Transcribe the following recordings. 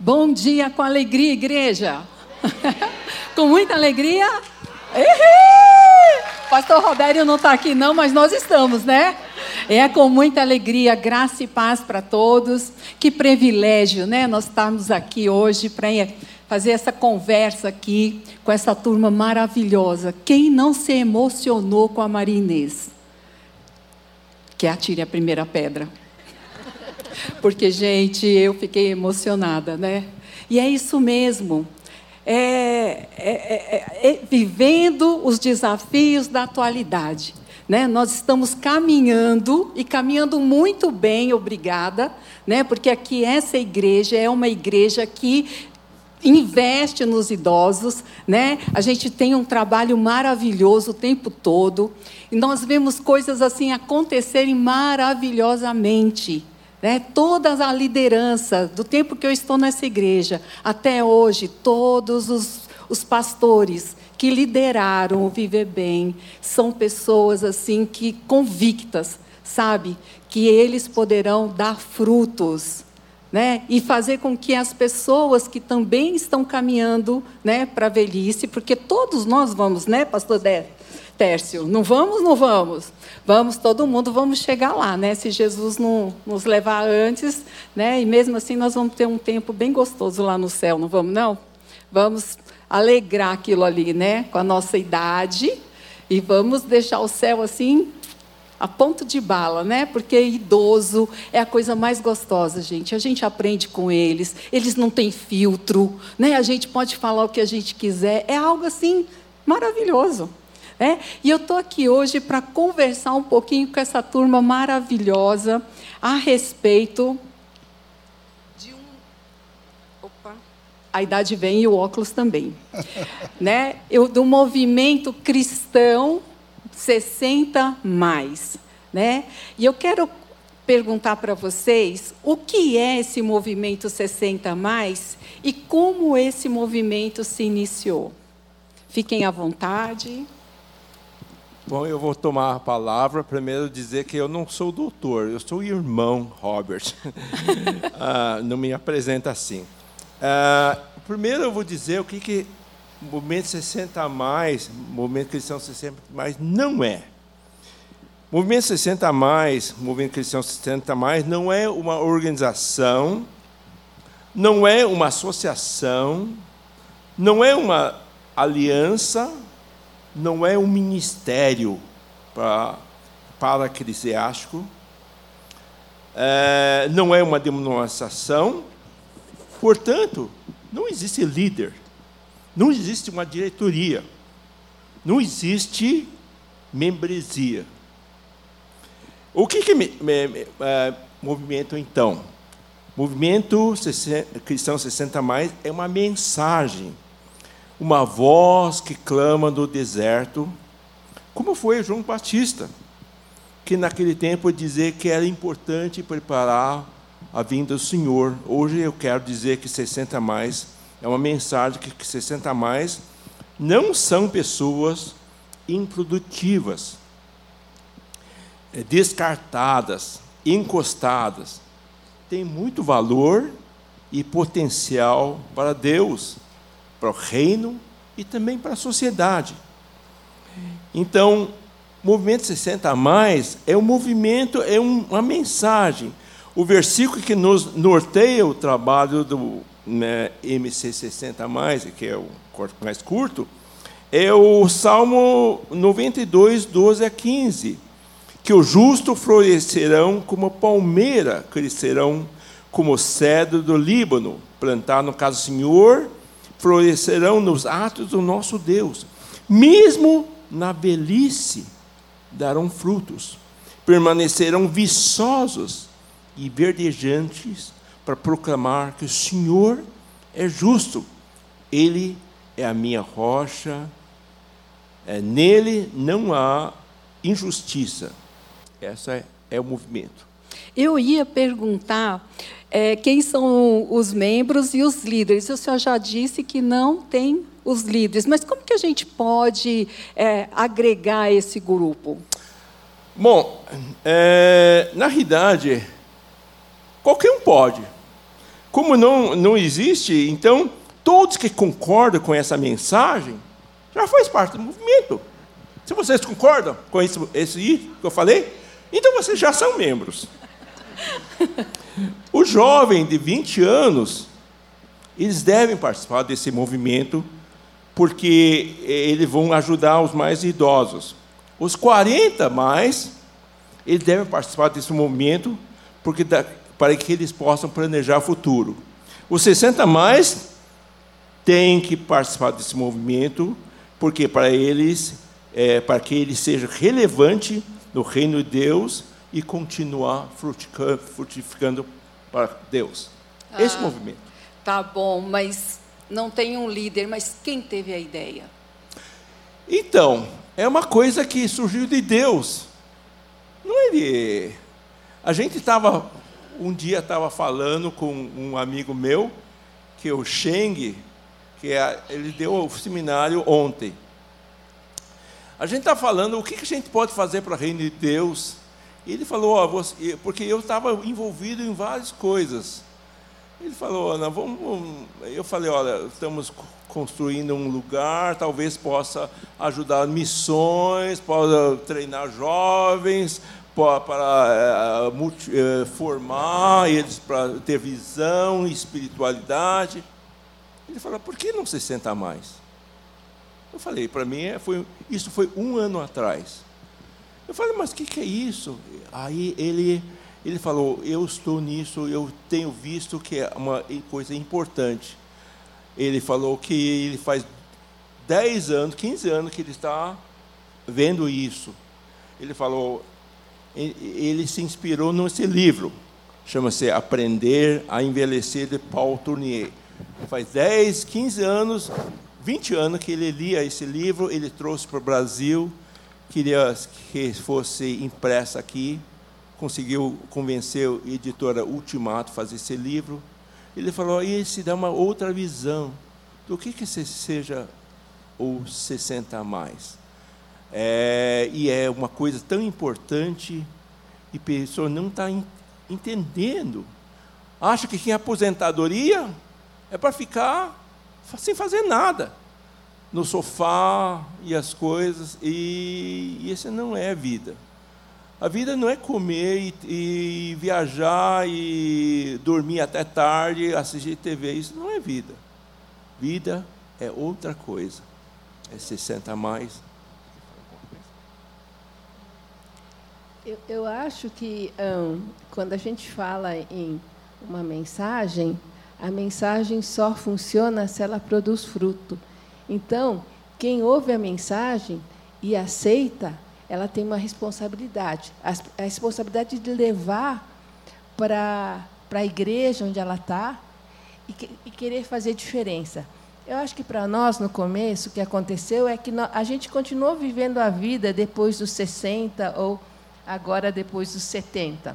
Bom dia com alegria, igreja. Com muita alegria. Uhul! Pastor Robério não está aqui não, mas nós estamos, né? É com muita alegria, graça e paz para todos. Que privilégio, né? Nós estamos aqui hoje para fazer essa conversa aqui com essa turma maravilhosa. Quem não se emocionou com a Maria Inês? Que atire a primeira pedra. Porque, gente, eu fiquei emocionada, né? E é isso mesmo. Vivendo os desafios da atualidade, né? Nós estamos caminhando, e caminhando muito bem, obrigada, né? Porque aqui essa igreja é uma igreja que investe nos idosos, né? A gente tem um trabalho maravilhoso o tempo todo, e nós vemos coisas assim acontecerem maravilhosamente. Né? Toda a liderança, do tempo que eu estou nessa igreja, até hoje, todos os pastores que lideraram o Viver Bem, são pessoas assim que convictas, sabe? Que eles poderão dar frutos, né? E fazer com que as pessoas que também estão caminhando, né, para a velhice, porque todos nós vamos, né, pastor Tércio? Não vamos? Não vamos? Vamos, todo mundo, vamos chegar lá, né? Se Jesus não nos levar antes, né? E mesmo assim nós vamos ter um tempo bem gostoso lá no céu, não vamos, não? Vamos alegrar aquilo ali, né? Com a nossa idade, e vamos deixar o céu assim, a ponto de bala, né? Porque idoso é a coisa mais gostosa, gente. A gente aprende com eles, eles não têm filtro, né? A gente pode falar o que a gente quiser, é algo assim maravilhoso. E eu estou aqui hoje para conversar um pouquinho com essa turma maravilhosa a respeito de Opa! A idade vem e o óculos também. Né? Do movimento cristão 60 mais. Né? E eu quero perguntar para vocês o que é esse movimento 60 mais e como esse movimento se iniciou. Fiquem à vontade. Bom, eu vou tomar a palavra. Primeiro dizer que eu não sou doutor, eu sou irmão Robert. Não me apresenta assim. Primeiro eu vou dizer o que o Movimento 60 mais, Movimento Cristão 60 mais, não é. Movimento 60 mais, Movimento Cristão 60 mais, não é uma organização, não é uma associação, não é uma aliança, não é um ministério para-eclesiástico, não é uma denominação, portanto, não existe líder, não existe uma diretoria, não existe membresia. O que é movimento, então? Movimento Cristão 60 mais é uma mensagem, uma voz que clama do deserto, como foi João Batista, que naquele tempo dizia que era importante preparar a vinda do Senhor. Hoje eu quero dizer que 60 mais é uma mensagem que 60 mais não são pessoas improdutivas, descartadas, encostadas. Tem muito valor e potencial para Deus, para o reino e também para a sociedade. Então, o Movimento 60 mais é um movimento, é uma mensagem. O versículo que nos norteia o trabalho do MC 60 mais, que é o mais curto, é o Salmo 92, 12 a 15, que o justo florescerão como palmeira, crescerão como cedro do Líbano, plantar no caso do Senhor, florescerão nos atos do nosso Deus. Mesmo na velhice darão frutos, permanecerão viçosos e verdejantes para proclamar que o Senhor é justo. Ele é a minha rocha, nele não há injustiça. Esse é o movimento. Eu ia perguntar quem são os membros e os líderes. O senhor já disse que não tem os líderes, mas como que a gente pode agregar esse grupo? Bom, na realidade, qualquer um pode. como não existe, então, todos que concordam com essa mensagem já faz parte do movimento. Se vocês concordam com esse que eu falei, então vocês já são membros. O jovem de 20 anos, eles devem participar desse movimento, porque eles vão ajudar os mais idosos. Os 40 mais, eles devem participar desse movimento, para que eles possam planejar o futuro. Os 60 mais têm que participar desse movimento, porque para que ele seja relevante no reino de Deus e continuar frutificando para Deus. Esse movimento. Tá bom, mas não tem um líder, mas quem teve a ideia? Então, é uma coisa que surgiu de Deus. Não é de... A gente um dia estava falando com um amigo meu, que é o Sheng, ele deu o seminário ontem. A gente está falando o que a gente pode fazer para o reino de Deus. E ele falou, porque eu estava envolvido em várias coisas. Ele falou, eu falei, olha, estamos construindo um lugar, talvez possa ajudar missões, possa treinar jovens, para formar eles para ter visão, espiritualidade. Ele falou, por que não 60 mais? Eu falei, para mim, isso foi 1 ano atrás. Eu falei, mas o que é isso? Aí ele falou, eu estou nisso, eu tenho visto que é uma coisa importante. Ele falou que ele faz 10 anos, 15 anos que ele está vendo isso. Ele falou, ele se inspirou nesse livro, chama-se Aprender a Envelhecer, de Paul Tournier. Faz 10, 15 anos, 20 anos que ele lia esse livro, ele trouxe para o Brasil, queria que fosse impressa aqui, conseguiu convencer a editora Ultimato a fazer esse livro. Ele falou, esse dá uma outra visão do que seja o 60 a mais. E é uma coisa tão importante e a pessoa não está entendendo. Acha que quem é aposentadoria é para ficar sem fazer nada, no sofá e as coisas, e essa não é a vida. A vida não é comer e viajar e dormir até tarde, assistir TV, isso não é vida. Vida é outra coisa, é 60 a mais. Eu acho que quando a gente fala em uma mensagem, a mensagem só funciona se ela produz fruto. Então, quem ouve a mensagem e aceita, ela tem uma responsabilidade. A responsabilidade de levar para a igreja onde ela está e querer fazer diferença. Eu acho que para nós, no começo, o que aconteceu é que a gente continuou vivendo a vida depois dos 60 ou agora depois dos 70.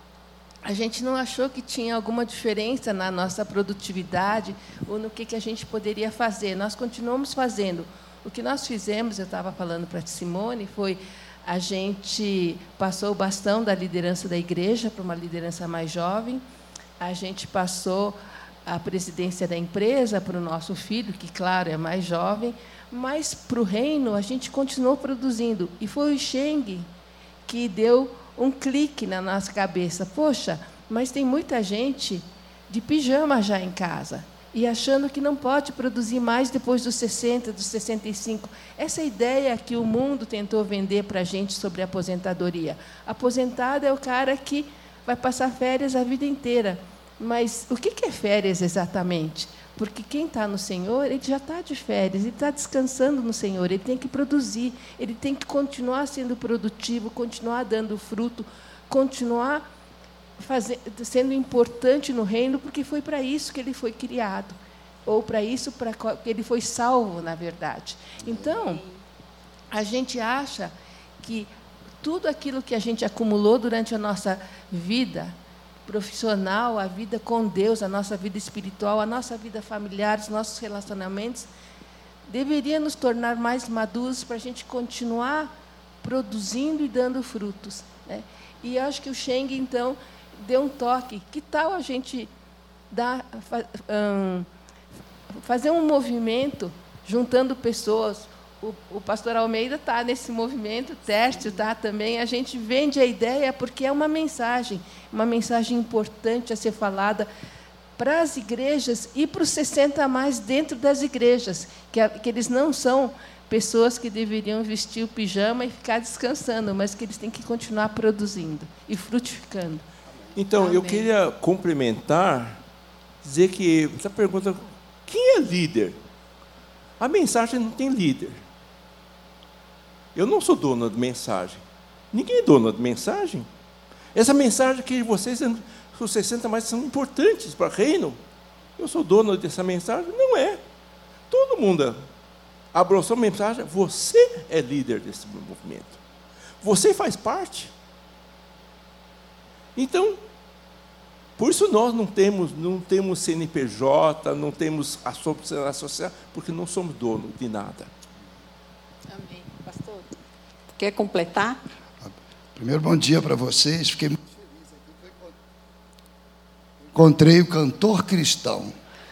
A gente não achou que tinha alguma diferença na nossa produtividade ou no que a gente poderia fazer. Nós continuamos fazendo. O que nós fizemos, eu estava falando para a Simone, foi a gente passou o bastão da liderança da igreja para uma liderança mais jovem, a gente passou a presidência da empresa para o nosso filho, que, claro, é mais jovem, mas para o reino a gente continuou produzindo. E foi o Sheng que deu um clique na nossa cabeça. Poxa, mas tem muita gente de pijama já em casa e achando que não pode produzir mais depois dos 60, dos 65. Essa ideia que o mundo tentou vender para a gente sobre a aposentadoria. Aposentado é o cara que vai passar férias a vida inteira. Mas o que é férias exatamente? Porque quem está no Senhor, ele já está de férias, ele está descansando no Senhor, ele tem que produzir, ele tem que continuar sendo produtivo, continuar dando fruto, continuar sendo importante no reino, porque foi para isso que ele foi criado, ou para isso que ele foi salvo, na verdade. Então, a gente acha que tudo aquilo que a gente acumulou durante a nossa vida profissional, a vida com Deus, a nossa vida espiritual, a nossa vida familiar, os nossos relacionamentos, deveria nos tornar mais maduros para a gente continuar produzindo e dando frutos, né? E acho que o Sheng, então, deu um toque. Que tal a gente fazer um movimento juntando pessoas. O pastor Almeida está nesse movimento, o Tércio está também. A gente vende a ideia porque é uma mensagem importante a ser falada para as igrejas e para os 60 a mais dentro das igrejas, que eles não são pessoas que deveriam vestir o pijama e ficar descansando, mas que eles têm que continuar produzindo e frutificando. Então, Amém. Eu queria complementar, dizer que essa pergunta, quem é líder? A mensagem não tem líder. Eu não sou dono de mensagem. Ninguém é dono de mensagem. Essa mensagem que vocês, os 60 mais, são importantes para o reino. Eu sou dono dessa mensagem? Não é. Todo mundo abraçou a mensagem. Você é líder desse movimento. Você faz parte. Então, por isso nós não temos CNPJ, não temos associação, porque não somos donos de nada. Amém. Pastor, quer completar? Primeiro, bom dia para vocês. Fiquei muito feliz aqui. Encontrei o cantor cristão.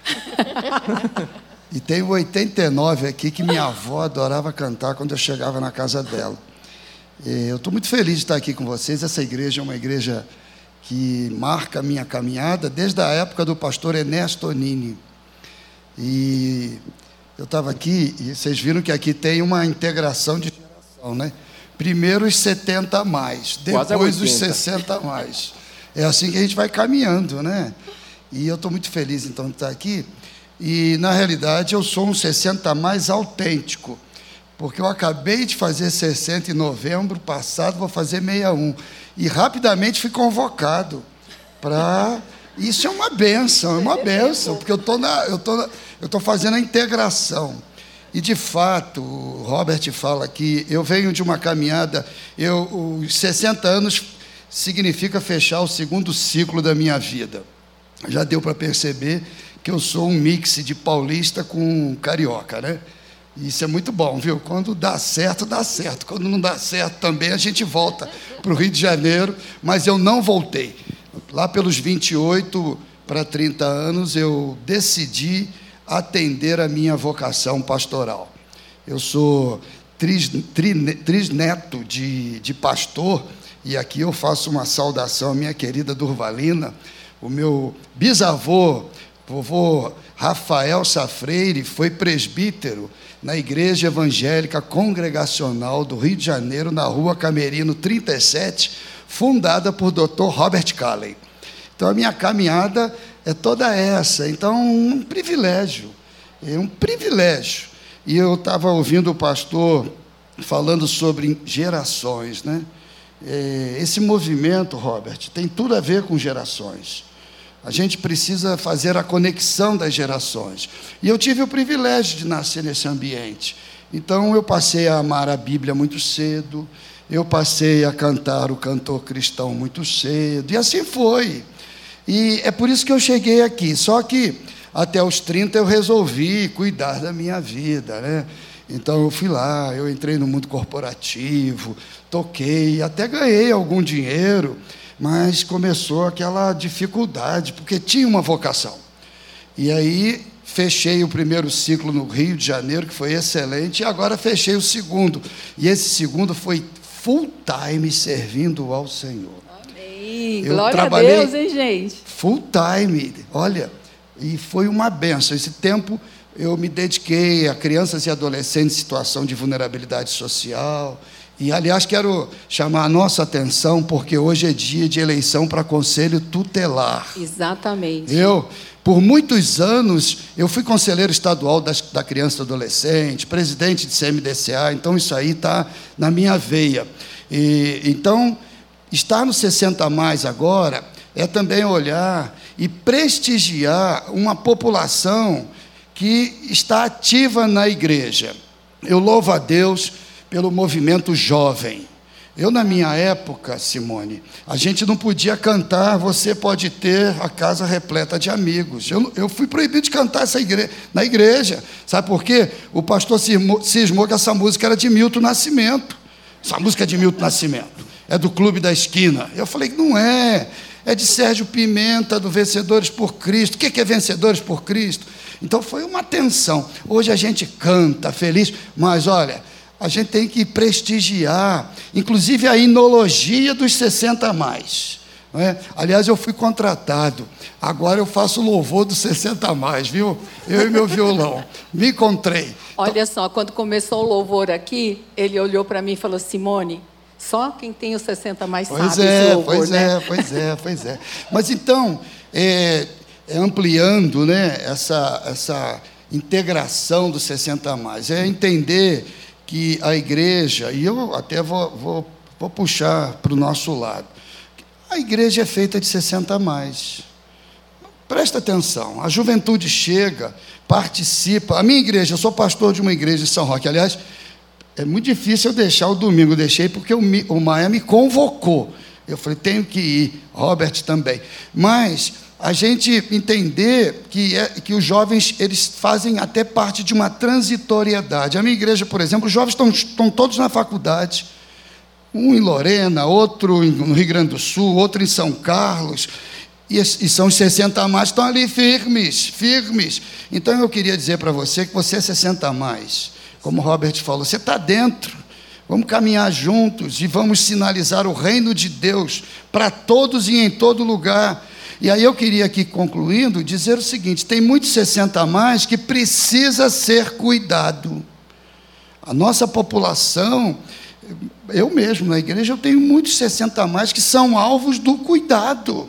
E tenho 89 aqui, que minha avó adorava cantar quando eu chegava na casa dela. Eu estou muito feliz de estar aqui com vocês. Essa igreja é uma igreja que marca a minha caminhada desde a época do pastor Ernesto Onini. E eu estava aqui, e vocês viram que aqui tem uma integração de geração, né? Primeiro os 70 a mais, depois os 60 a mais. É assim que a gente vai caminhando, né? E eu estou muito feliz, então, de estar aqui. E, na realidade, eu sou um 60 a mais autêntico, porque eu acabei de fazer 60 em novembro passado, vou fazer 61. E, rapidamente, fui convocado para... Isso é uma bênção, porque eu estou fazendo a integração. E, de fato, o Robert fala que eu venho de uma caminhada, os 60 anos significa fechar o segundo ciclo da minha vida. Já deu para perceber que eu sou um mix de paulista com carioca, né? Isso é muito bom, viu? Quando dá certo, dá certo. Quando não dá certo também, a gente volta para o Rio de Janeiro, mas eu não voltei. Lá pelos 28 para 30 anos, eu decidi atender a minha vocação pastoral. Eu sou trisneto de pastor, e aqui eu faço uma saudação à minha querida Durvalina. O meu bisavô, vovô Rafael Safreire, foi presbítero na Igreja Evangélica Congregacional do Rio de Janeiro, na Rua Camerino 37, fundada por Dr. Robert Calley. Então, a minha caminhada é toda essa. Então, um privilégio. E eu estava ouvindo o pastor falando sobre gerações, né? Esse movimento, Robert, tem tudo a ver com gerações. A gente precisa fazer a conexão das gerações. E eu tive o privilégio de nascer nesse ambiente. Então, eu passei a amar a Bíblia muito cedo, eu passei a cantar o cantor cristão muito cedo, e assim foi. E é por isso que eu cheguei aqui. Só que, até os 30, eu resolvi cuidar da minha vida, né? Então, eu fui lá, eu entrei no mundo corporativo, toquei, até ganhei algum dinheiro, mas começou aquela dificuldade, porque tinha uma vocação. E aí, fechei o primeiro ciclo no Rio de Janeiro, que foi excelente, e agora fechei o segundo. E esse segundo foi full time servindo ao Senhor. Amém. Glória a Deus, hein, gente? Full time, olha, e foi uma benção. Esse tempo eu me dediquei a crianças e adolescentes em situação de vulnerabilidade social. E, aliás, quero chamar a nossa atenção, porque hoje é dia de eleição para conselho tutelar. Exatamente. Por muitos anos, eu fui conselheiro estadual da criança e adolescente, presidente de CMDCA, então isso aí está na minha veia. Então, estar no 60 a mais agora é também olhar e prestigiar uma população que está ativa na igreja. Eu louvo a Deus pelo movimento jovem. Na minha época, Simone, a gente não podia cantar Você Pode Ter a Casa Repleta de Amigos. Eu fui proibido de cantar na igreja. Sabe por quê? O pastor cismou que essa música era de Milton Nascimento. Essa música é de Milton Nascimento. É do Clube da Esquina. Eu falei que não é. é de Sérgio Pimenta, do Vencedores por Cristo. O que é Vencedores por Cristo? Então foi uma tensão. Hoje a gente canta feliz, mas olha, a gente tem que prestigiar, inclusive a inologia dos 60 a mais. Não é? Aliás, eu fui contratado, agora eu faço louvor dos 60 a mais, viu? Eu e meu violão, me encontrei. Olha só, quando começou o louvor aqui, ele olhou para mim e falou: Simone, só quem tem os 60 a mais sabe esse louvor, né? Pois é. Mas então, ampliando, né, essa integração dos 60 a mais, é entender que a igreja, e eu até vou puxar para o nosso lado, a igreja é feita de 60 a mais. Presta atenção, a juventude chega, participa. A minha igreja, eu sou pastor de uma igreja em São Roque. Aliás, é muito difícil eu deixar o domingo. Eu deixei porque o Maia me convocou. Eu falei, tenho que ir, Robert também. Mas a gente entender que os jovens, eles fazem até parte de uma transitoriedade. A minha igreja, por exemplo, os jovens estão todos na faculdade. Um em Lorena, outro no Rio Grande do Sul, outro em São Carlos, e são os 60 a mais, estão ali firmes. Então eu queria dizer para você que você é 60 a mais, como o Robert falou, você está dentro, vamos caminhar juntos e vamos sinalizar o reino de Deus para todos e em todo lugar. E aí eu queria aqui, concluindo, dizer o seguinte: tem muitos 60 a mais que precisa ser cuidado. A nossa população, eu mesmo, na igreja, eu tenho muitos 60 a mais que são alvos do cuidado.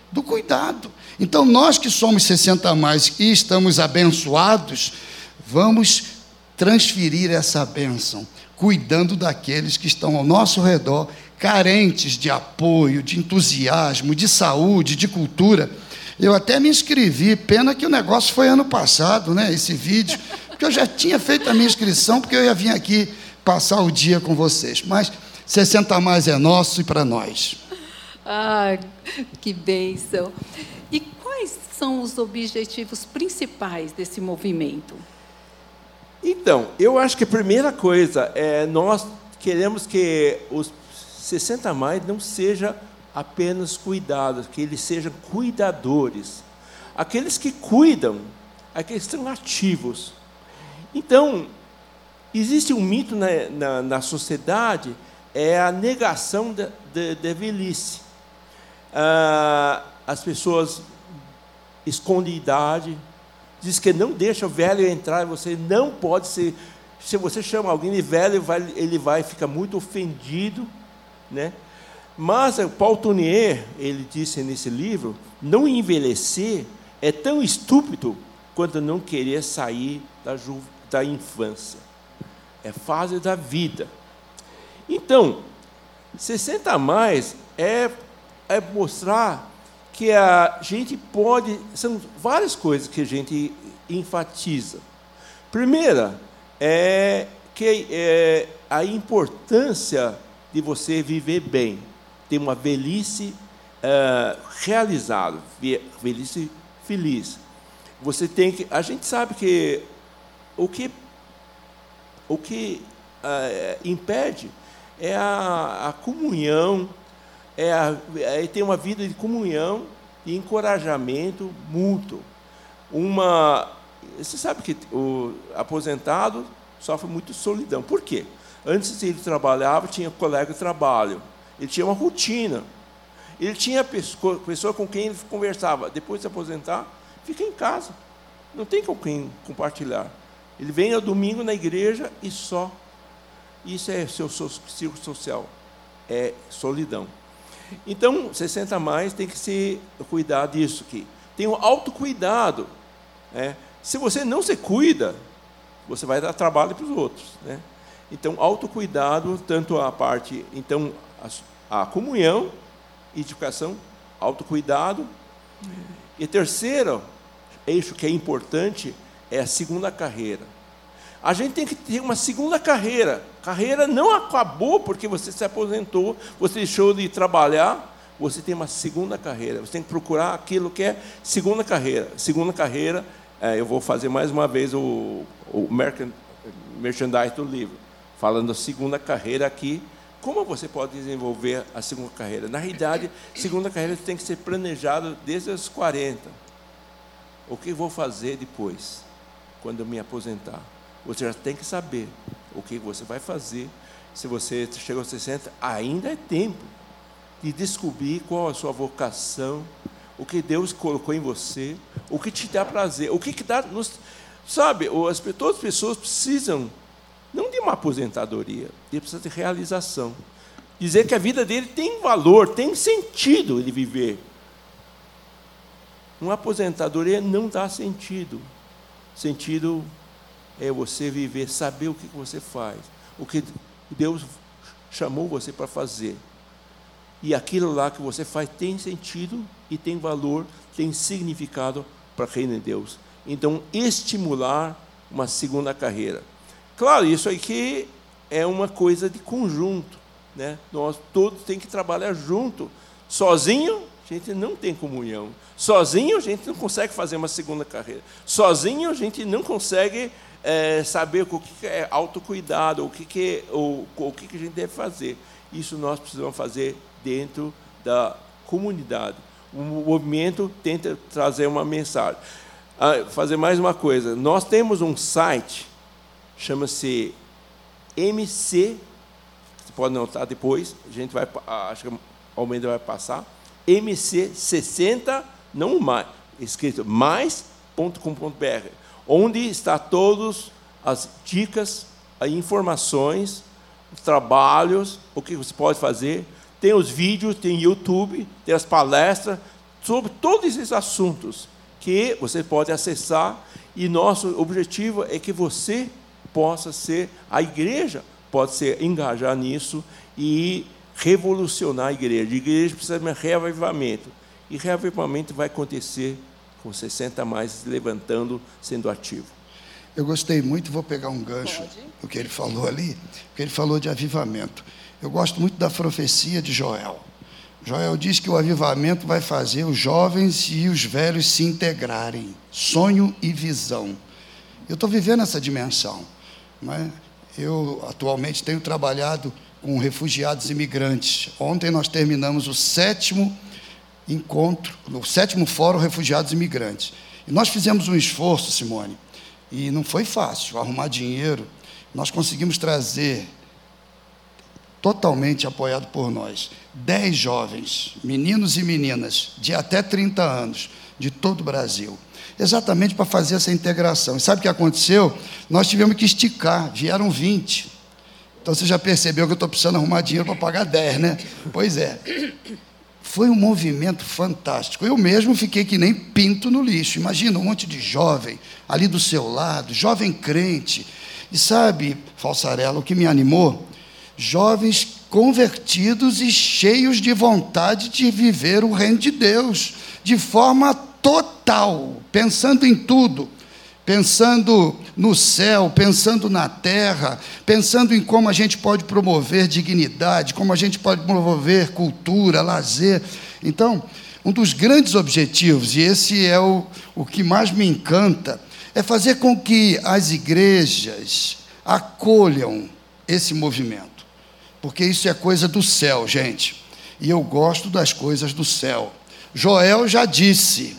Então, nós que somos 60 a mais e estamos abençoados, vamos transferir essa bênção, cuidando daqueles que estão ao nosso redor, carentes de apoio, de entusiasmo, de saúde, de cultura. Eu até me inscrevi, pena que o negócio foi ano passado, né, esse vídeo, porque eu já tinha feito a minha inscrição, porque eu ia vir aqui passar o dia com vocês, mas 60 a mais é nosso e para nós. Ah, que bênção! E quais são os objetivos principais desse movimento? Então, eu acho que a primeira coisa é nós queremos que os 60 a mais não sejam apenas cuidados, que eles sejam cuidadores. Aqueles que cuidam, aqueles que estão ativos. Então, existe um mito na sociedade, é a negação da velhice. As pessoas escondem idade, diz que não deixa o velho entrar, você não pode ser. Se você chama alguém de velho, ele vai ficar muito ofendido, né? Mas o Paul Tournier, ele disse nesse livro, não envelhecer é tão estúpido quanto não querer sair da infância. É fase da vida. Então, 60 a mais é mostrar que a gente pode... São várias coisas que a gente enfatiza. Primeira, a importância de você viver bem, ter uma velhice realizada, velhice feliz. Você tem que... A gente sabe que o que impede é a comunhão, ter uma vida de comunhão e encorajamento mútuo. Você sabe que o aposentado sofre muito solidão. Por quê? Antes ele trabalhava, tinha colega de trabalho, ele tinha uma rotina, ele tinha pessoa com quem ele conversava. Depois de se aposentar, fica em casa, não tem com quem compartilhar. Ele vem ao domingo na igreja e só. Isso é seu círculo social, é solidão. Então, 60 a mais tem que se cuidar disso aqui. Tem o autocuidado. Se você não se cuida, você vai dar trabalho para os outros, né? Então, autocuidado, tanto a parte... Então, a comunhão, edificação, autocuidado. E terceiro eixo que é importante é a segunda carreira. A gente tem que ter uma segunda carreira. Carreira não acabou porque você se aposentou, você deixou de trabalhar, você tem uma segunda carreira. Você tem que procurar aquilo que é segunda carreira. Segunda carreira, eu vou fazer mais uma vez o merchandise do livro, falando da segunda carreira aqui, como você pode desenvolver a segunda carreira? Na realidade, a segunda carreira tem que ser planejada desde os 40. O que vou fazer depois, quando eu me aposentar? Você já tem que saber o que você vai fazer. Se você chegou aos 60, ainda é tempo de descobrir qual a sua vocação, o que Deus colocou em você, o que te dá prazer, o que dá... Sabe, todas as pessoas precisam, não de uma aposentadoria, ele precisa de realização. Dizer que a vida dele tem valor, tem sentido ele viver. Uma aposentadoria não dá sentido. Sentido é você viver, saber o que você faz, o que Deus chamou você para fazer. E aquilo lá que você faz tem sentido e tem valor, tem significado para o reino de Deus. Então, estimular uma segunda carreira. Claro, isso aqui é uma coisa de conjunto, né? Nós todos temos que trabalhar junto. Sozinho, a gente não tem comunhão. Sozinho, a gente não consegue fazer uma segunda carreira. Sozinho, a gente não consegue saber o que é autocuidado, o que a gente deve fazer. Isso nós precisamos fazer dentro da comunidade. O movimento tenta trazer uma mensagem. Fazer mais uma coisa. Nós temos um site, chama-se MC, você pode notar depois, a gente vai, acho que o Almeida vai passar, MC60, não mais, escrito mais.com.br, onde está todas as dicas, as informações, os trabalhos, o que você pode fazer. Tem os vídeos, tem YouTube, tem as palestras, sobre todos esses assuntos que você pode acessar, e nosso objetivo é que você possa ser, a igreja pode se engajar nisso e revolucionar a igreja. A igreja precisa de um reavivamento, e reavivamento vai acontecer com 60 a mais levantando, sendo ativo. Eu gostei muito, vou pegar um gancho do que ele falou ali, porque ele falou de avivamento. Eu gosto muito da profecia de Joel. Joel diz que o avivamento vai fazer os jovens e os velhos se integrarem, sonho e visão. Eu estou vivendo essa dimensão, né? Eu atualmente tenho trabalhado com refugiados imigrantes. Ontem nós terminamos o 7º encontro, o 7º Fórum Refugiados Imigrantes. E nós fizemos um esforço, Simone, e não foi fácil arrumar dinheiro. Nós conseguimos trazer, totalmente apoiado por nós, 10 jovens, meninos e meninas, de até 30 anos, de todo o Brasil, exatamente para fazer essa integração. E sabe o que aconteceu? Nós tivemos que esticar, vieram 20. Então você já percebeu que eu estou precisando arrumar dinheiro para pagar 10, né? Pois é. Foi um movimento fantástico. Eu mesmo fiquei que nem pinto no lixo. Imagina um monte de jovem ali do seu lado, jovem crente. E sabe, Falsarella, o que me animou? Jovens convertidos e cheios de vontade de viver o reino de Deus, de forma total, pensando em tudo, pensando no céu, pensando na terra, pensando em como a gente pode promover dignidade, como a gente pode promover cultura, lazer. Então, um dos grandes objetivos, e esse é o que mais me encanta, é fazer com que as igrejas acolham esse movimento. Porque isso é coisa do céu, gente. E eu gosto das coisas do céu. Joel já disse,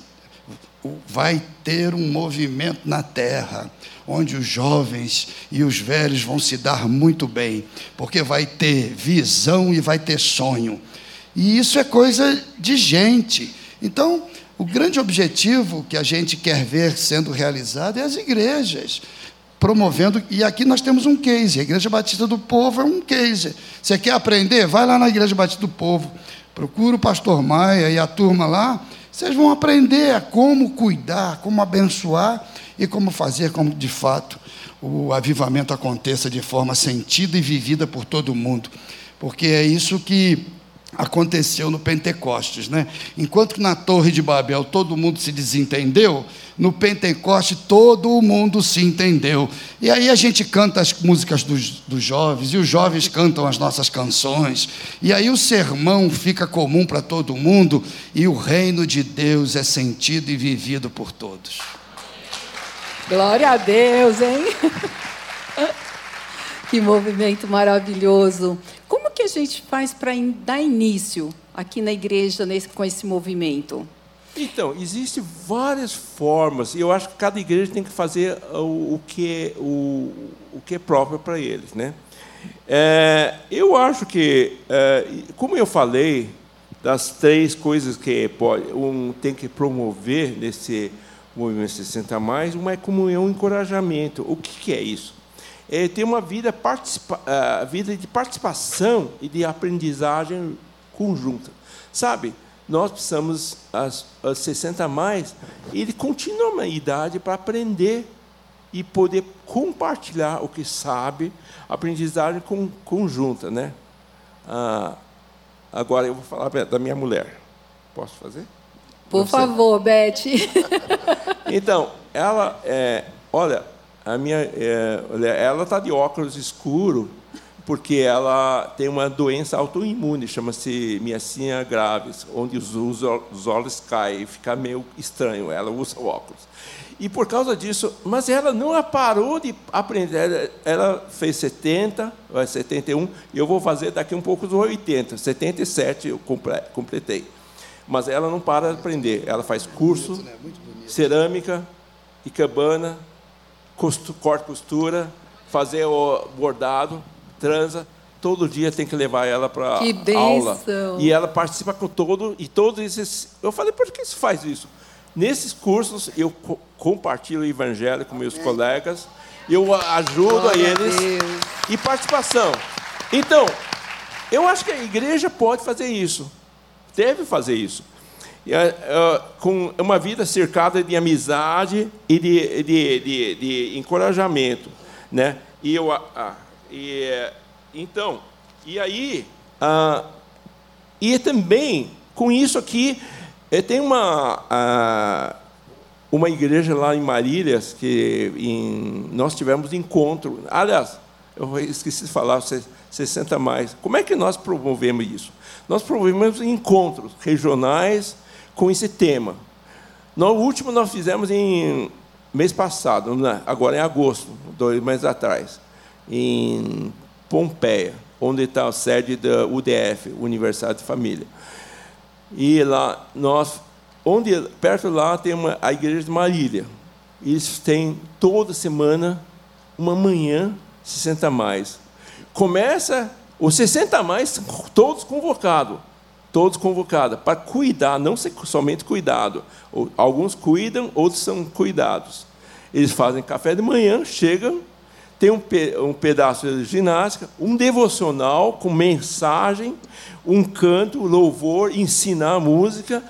vai ter um movimento na terra, onde os jovens e os velhos vão se dar muito bem, porque vai ter visão e vai ter sonho. E isso é coisa de gente. Então, o grande objetivo que a gente quer ver sendo realizado é as igrejas, promovendo, e aqui nós temos um case, a Igreja Batista do Povo é um case. Você quer aprender? Vai lá na Igreja Batista do Povo, procura o pastor Maia e a turma lá, vocês vão aprender a como cuidar, como abençoar e como fazer com que, de fato, o avivamento aconteça de forma sentida e vivida por todo mundo, porque é isso que aconteceu no Pentecostes, né? Enquanto que na Torre de Babel todo mundo se desentendeu, no Pentecoste todo mundo se entendeu. E aí a gente canta as músicas dos jovens, e os jovens cantam as nossas canções, e aí o sermão fica comum para todo mundo, e o reino de Deus é sentido e vivido por todos. Glória a Deus, hein? Que movimento maravilhoso. Como que a a gente faz para dar início aqui na igreja com esse movimento? Então, existem várias formas, e eu acho que cada igreja tem que fazer o que é próprio para eles, né? Eu acho que, como eu falei, das 3 coisas que tem que promover nesse movimento 60 mais, uma é comunhão e encorajamento. O que é isso? É ter uma vida de participação e de aprendizagem conjunta. Sabe, nós precisamos, as 60 mais, ele continua uma idade para aprender e poder compartilhar o que sabe, aprendizagem conjunta, né? Agora eu vou falar da minha mulher. Posso fazer? Por favor, Beth. Então, ela, olha, ela está de óculos escuro porque ela tem uma doença autoimune, chama-se miastenia gravis, onde os olhos caem e fica meio estranho. Ela usa óculos. E por causa disso, mas ela não parou de aprender. Ela fez 70, 71, e eu vou fazer daqui um pouco dos 80. 77 eu completei. Mas ela não para de aprender. Ela faz curso, cerâmica, ikebana, corte costura, fazer o bordado, transa. Todo dia tem que levar ela para aula. E ela participa com todos esses. Eu falei, por que você faz isso? Nesses cursos, eu compartilho o evangelho com meus colegas, eu ajudo a eles, e participação. Então, eu acho que a igreja pode fazer isso, deve fazer isso, com uma vida cercada de amizade e de encorajamento, né? Então, e também, com isso aqui, tem uma igreja lá em Marílias que nós tivemos encontro. Aliás, eu esqueci de falar, 60 mais. Como é que nós promovemos isso? Nós promovemos encontros regionais com esse tema. No último nós fizemos em mês passado, agora em agosto, 2 meses atrás, em Pompeia, onde está a sede da UDF, Universidade de Família. E lá, perto lá, tem a igreja de Marília. Eles têm, toda semana, uma manhã 60 mais. Começa os 60 mais, todos convocados, para cuidar, não somente cuidado. Alguns cuidam, outros são cuidados. Eles fazem café de manhã, chegam, tem um pedaço de ginástica, um devocional com mensagem, um canto, louvor, ensinar a música,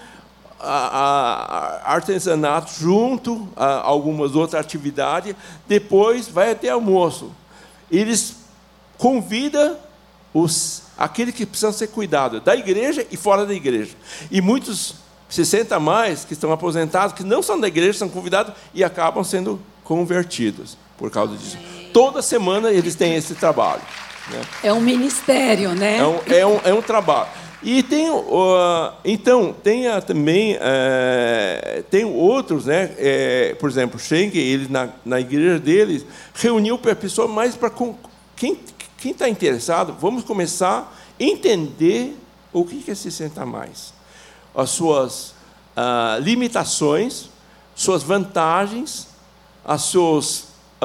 artesanato junto, algumas outras atividades. Depois vai até almoço. Eles convidam aqueles que precisam ser cuidados, da igreja e fora da igreja. E muitos 60 mais, que estão aposentados, que não são da igreja, são convidados e acabam sendo convertidos por causa disso. Toda semana eles têm esse trabalho, né? É um ministério, né? É um trabalho. E tem, então, também tem outros, né? Por exemplo, Schengen, ele na igreja deles reuniu a pessoa mais para quem está interessado. Vamos começar a entender o que é 60 mais, as suas limitações, suas vantagens, as suas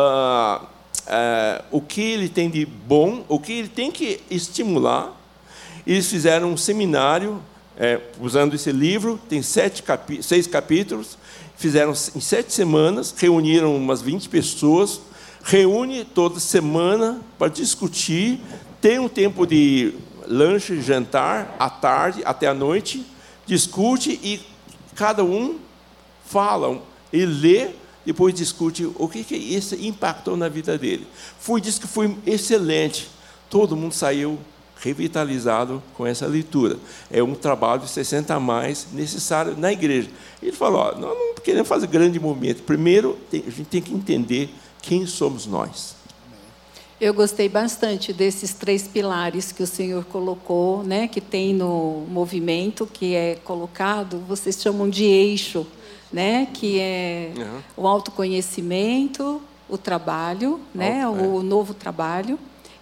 o que ele tem de bom, o que ele tem que estimular. Eles fizeram um seminário, usando esse livro, tem 6 capítulos, fizeram em 7 semanas, reuniram umas 20 pessoas, reúne toda semana para discutir, tem um tempo de lanche, jantar, à tarde, até à noite, discute e cada um fala e lê, depois discute o que isso impactou na vida dele. Disse que foi excelente. Todo mundo saiu revitalizado com essa leitura. É um trabalho de 60 a mais necessário na igreja. Ele falou, nós não queremos fazer grande movimento. Primeiro, a gente tem que entender quem somos nós. Eu gostei bastante desses 3 pilares que o senhor colocou, né, que tem no movimento, que é colocado, vocês chamam de eixo, né, que é o autoconhecimento, o trabalho, né, o novo trabalho,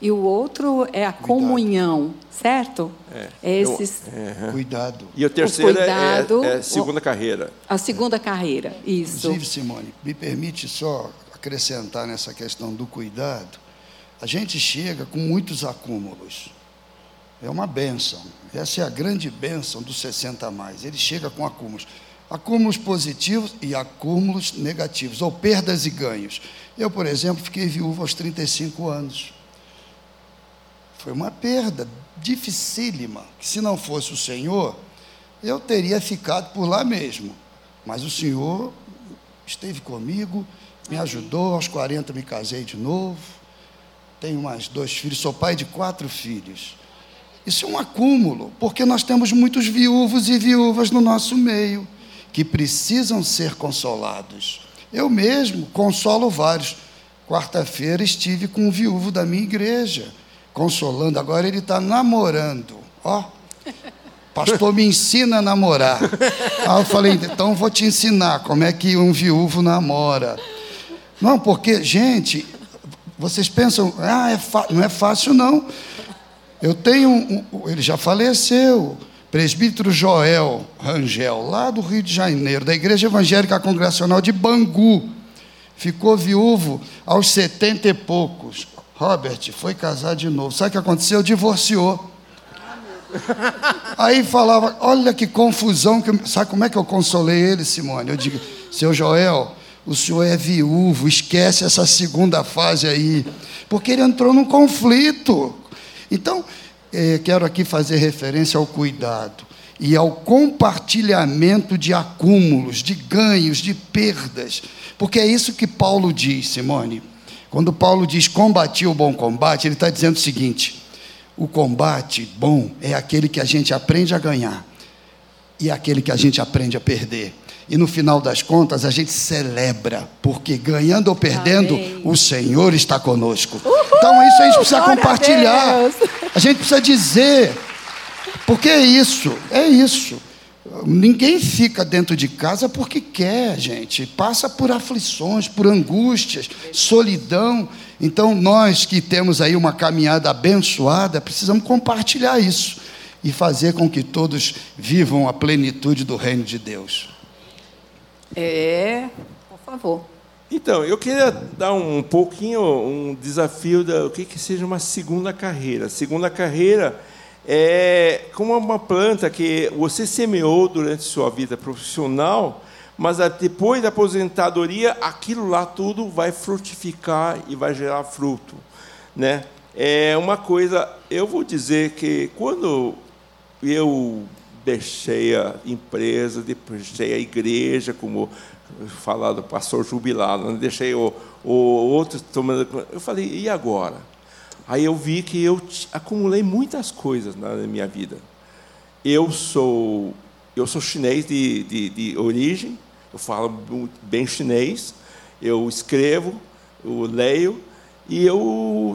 e o outro é a comunhão, certo? Cuidado. E o terceiro cuidado, é a segunda carreira. A segunda carreira, isso. Inclusive, Simone, me permite só acrescentar nessa questão do cuidado. A gente chega com muitos acúmulos. É uma bênção. Essa é a grande bênção do 60 a mais. Ele chega com acúmulos. Acúmulos positivos e acúmulos negativos, ou perdas e ganhos. Eu, por exemplo, fiquei viúvo aos 35 anos. Foi uma perda dificílima, que se não fosse o Senhor, eu teria ficado por lá mesmo. Mas o Senhor esteve comigo, me ajudou. Aos 40 me casei de novo. Tenho mais 2 filhos, sou pai de 4 filhos. Isso é um acúmulo, porque nós temos muitos viúvos e viúvas no nosso meio, que precisam ser consolados. Eu mesmo consolo vários. Quarta-feira estive com um viúvo da minha igreja, consolando. Agora ele está namorando. Ó, pastor, me ensina a namorar. Aí eu falei, então vou te ensinar como é que um viúvo namora. Não, porque, gente, vocês pensam, não é fácil não. Eu tenho, ele já faleceu, presbítero Joel Rangel, lá do Rio de Janeiro, da Igreja Evangélica Congregacional de Bangu. Ficou viúvo aos 70 e poucos. Robert foi casar de novo. Sabe o que aconteceu? Divorciou. Aí falava, olha que confusão. Sabe como é que eu consolei ele, Simone? Eu digo, seu Joel, o senhor é viúvo, esquece essa segunda fase aí. Porque ele entrou num conflito. Então, quero aqui fazer referência ao cuidado e ao compartilhamento de acúmulos, de ganhos, de perdas. Porque é isso que Paulo diz, Simone. Quando Paulo diz combati o bom combate, ele está dizendo o seguinte: o combate bom é aquele que a gente aprende a ganhar e aquele que a gente aprende a perder. E no final das contas a gente celebra, porque ganhando ou perdendo, amém, o Senhor está conosco. Então isso a gente precisa compartilhar, a gente precisa dizer, porque é isso. Ninguém fica dentro de casa porque quer, gente. Passa por aflições, por angústias, solidão. Então, nós que temos aí uma caminhada abençoada, precisamos compartilhar isso e fazer com que todos vivam a plenitude do reino de Deus. Por favor. Então, eu queria dar um desafio o que seja uma segunda carreira. Segunda carreira é como uma planta que você semeou durante sua vida profissional, mas depois da aposentadoria, aquilo lá tudo vai frutificar e vai gerar fruto, né? É uma coisa, eu vou dizer que quando eu deixei a empresa, deixei a igreja, como falar do pastor jubilado, deixei o outro tomando, eu falei, e agora? Aí eu vi que eu acumulei muitas coisas na minha vida. Eu sou chinês de origem, eu falo bem chinês, eu escrevo, eu leio, e eu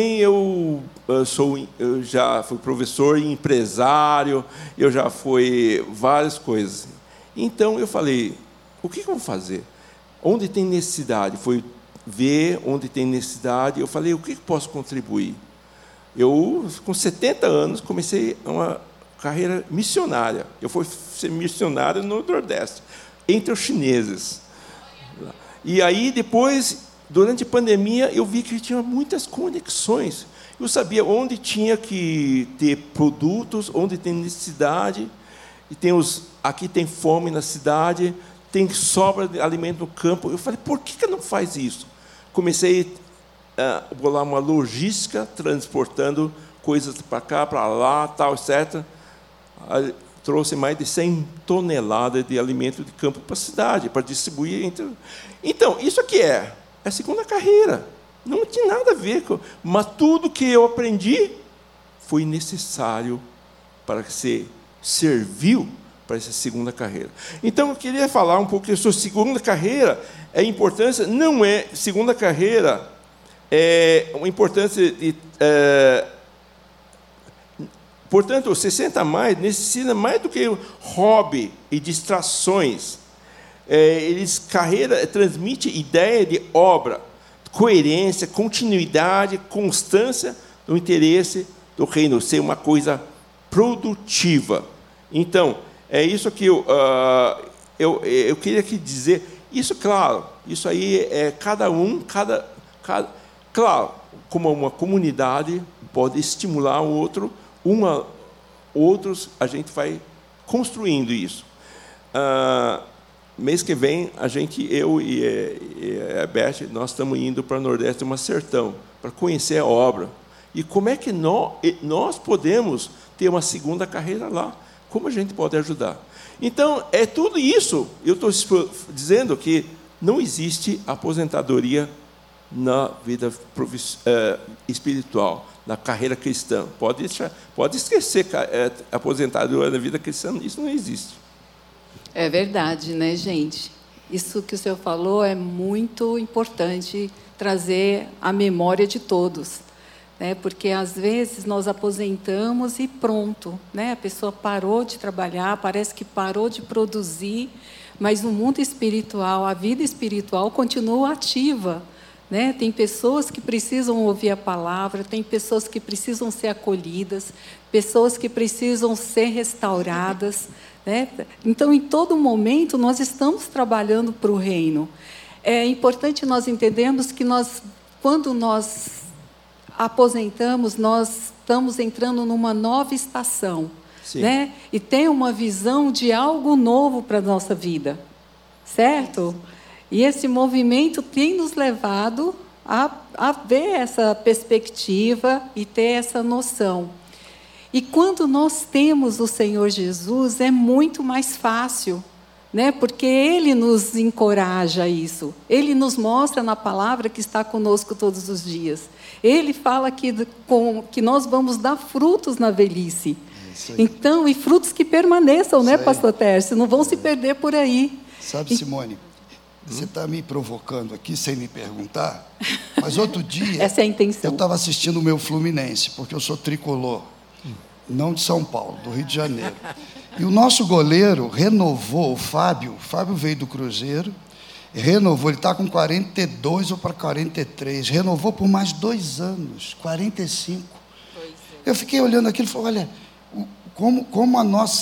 já fui professor e empresário, eu já fui várias coisas. Então eu falei, o que eu vou fazer? Onde tem necessidade? Foi ver onde tem necessidade. Eu falei, o que posso contribuir? Eu, com 70 anos, comecei uma carreira missionária. Eu fui ser missionário no Nordeste, entre os chineses. E aí, depois, durante a pandemia, eu vi que tinha muitas conexões. Eu sabia onde tinha que ter produtos, onde tem necessidade. E aqui tem fome na cidade, tem sobra de alimento no campo. Eu falei, por que não faz isso? Comecei a bolar uma logística, transportando coisas para cá, para lá, tal, etc. Trouxe mais de 100 toneladas de alimento de campo para a cidade, para distribuir. Então, isso aqui é a segunda carreira. Não tinha nada a ver com... Mas tudo que eu aprendi foi necessário para ser serviu para essa segunda carreira. Então, eu queria falar um pouco sobre segunda carreira. A importância não é... Segunda carreira é uma importância de... portanto, o 60 a mais necessita mais do que hobby e distrações. Carreira transmite ideia de obra, coerência, continuidade, constância, no interesse do reino, ser uma coisa produtiva. Então, é isso que eu queria aqui dizer. Isso, claro, isso aí é claro, como uma comunidade pode estimular o outro, outros, a gente vai construindo isso. Mês que vem, eu e a Beth, nós estamos indo para o Nordeste do Sertão, para conhecer a obra. E como é que nós podemos ter uma segunda carreira lá? Como a gente pode ajudar? Então, é tudo isso. Eu estou dizendo que não existe aposentadoria na vida espiritual, na carreira cristã. Pode esquecer aposentadoria na vida cristã, isso não existe. É verdade, né, gente? Isso que o senhor falou é muito importante trazer à memória de todos, né? Porque às vezes nós aposentamos e pronto, né? A pessoa parou de trabalhar, parece que parou de produzir, mas no mundo espiritual, a vida espiritual continua ativa, né? Tem pessoas que precisam ouvir a palavra, tem pessoas que precisam ser acolhidas, pessoas que precisam ser restauradas, né? Então, em todo momento, nós estamos trabalhando para o reino. É importante nós entendermos que quando nós aposentamos, nós estamos entrando numa nova estação, né? E tem uma visão de algo novo para a nossa vida, certo? E esse movimento tem nos levado a ver essa perspectiva e ter essa noção. E quando nós temos o Senhor Jesus, é muito mais fácil, né? Porque Ele nos encoraja a isso. Ele nos mostra na palavra que está conosco todos os dias. Ele fala que nós vamos dar frutos na velhice. Então, e frutos que permaneçam, né, pastor Tércio? Não vão se perder por aí. Sabe, Simone, você está me provocando aqui sem me perguntar, mas outro dia essa é a intenção. Eu estava assistindo o meu Fluminense, porque eu sou tricolor. Não de São Paulo, do Rio de Janeiro. E o nosso goleiro renovou, o Fábio veio do Cruzeiro, renovou, ele está com 42 ou para 43, renovou por mais 2 anos, 45. Eu fiquei olhando aquilo e falei, olha, como a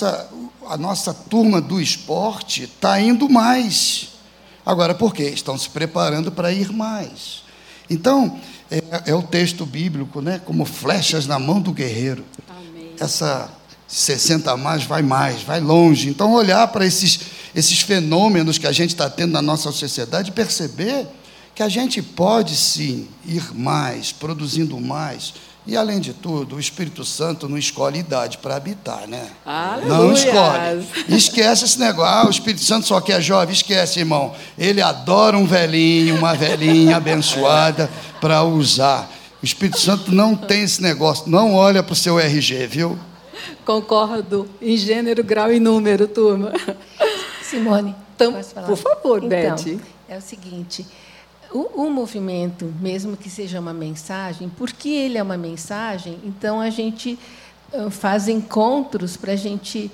nossa turma do esporte está indo mais. Agora, por quê? Estão se preparando para ir mais. Então, é o texto bíblico, né? Como flechas na mão do guerreiro. Essa 60 a mais, vai longe. Então, olhar para esses fenômenos que a gente está tendo na nossa sociedade e perceber que a gente pode, sim, ir mais, produzindo mais. E, além de tudo, o Espírito Santo não escolhe idade para habitar, né? Aleluia. Não escolhe. Esquece esse negócio. O Espírito Santo só quer jovem. Esquece, irmão. Ele adora um velhinho, uma velhinha abençoada para usar. O Espírito Santo não tem esse negócio. Não olha para o seu RG, viu? Concordo. Em gênero, grau e número, turma. Simone, posso falar? Por favor, então, Beth. É o seguinte, o movimento, mesmo que seja uma mensagem, porque ele é uma mensagem, então a gente faz encontros para a gente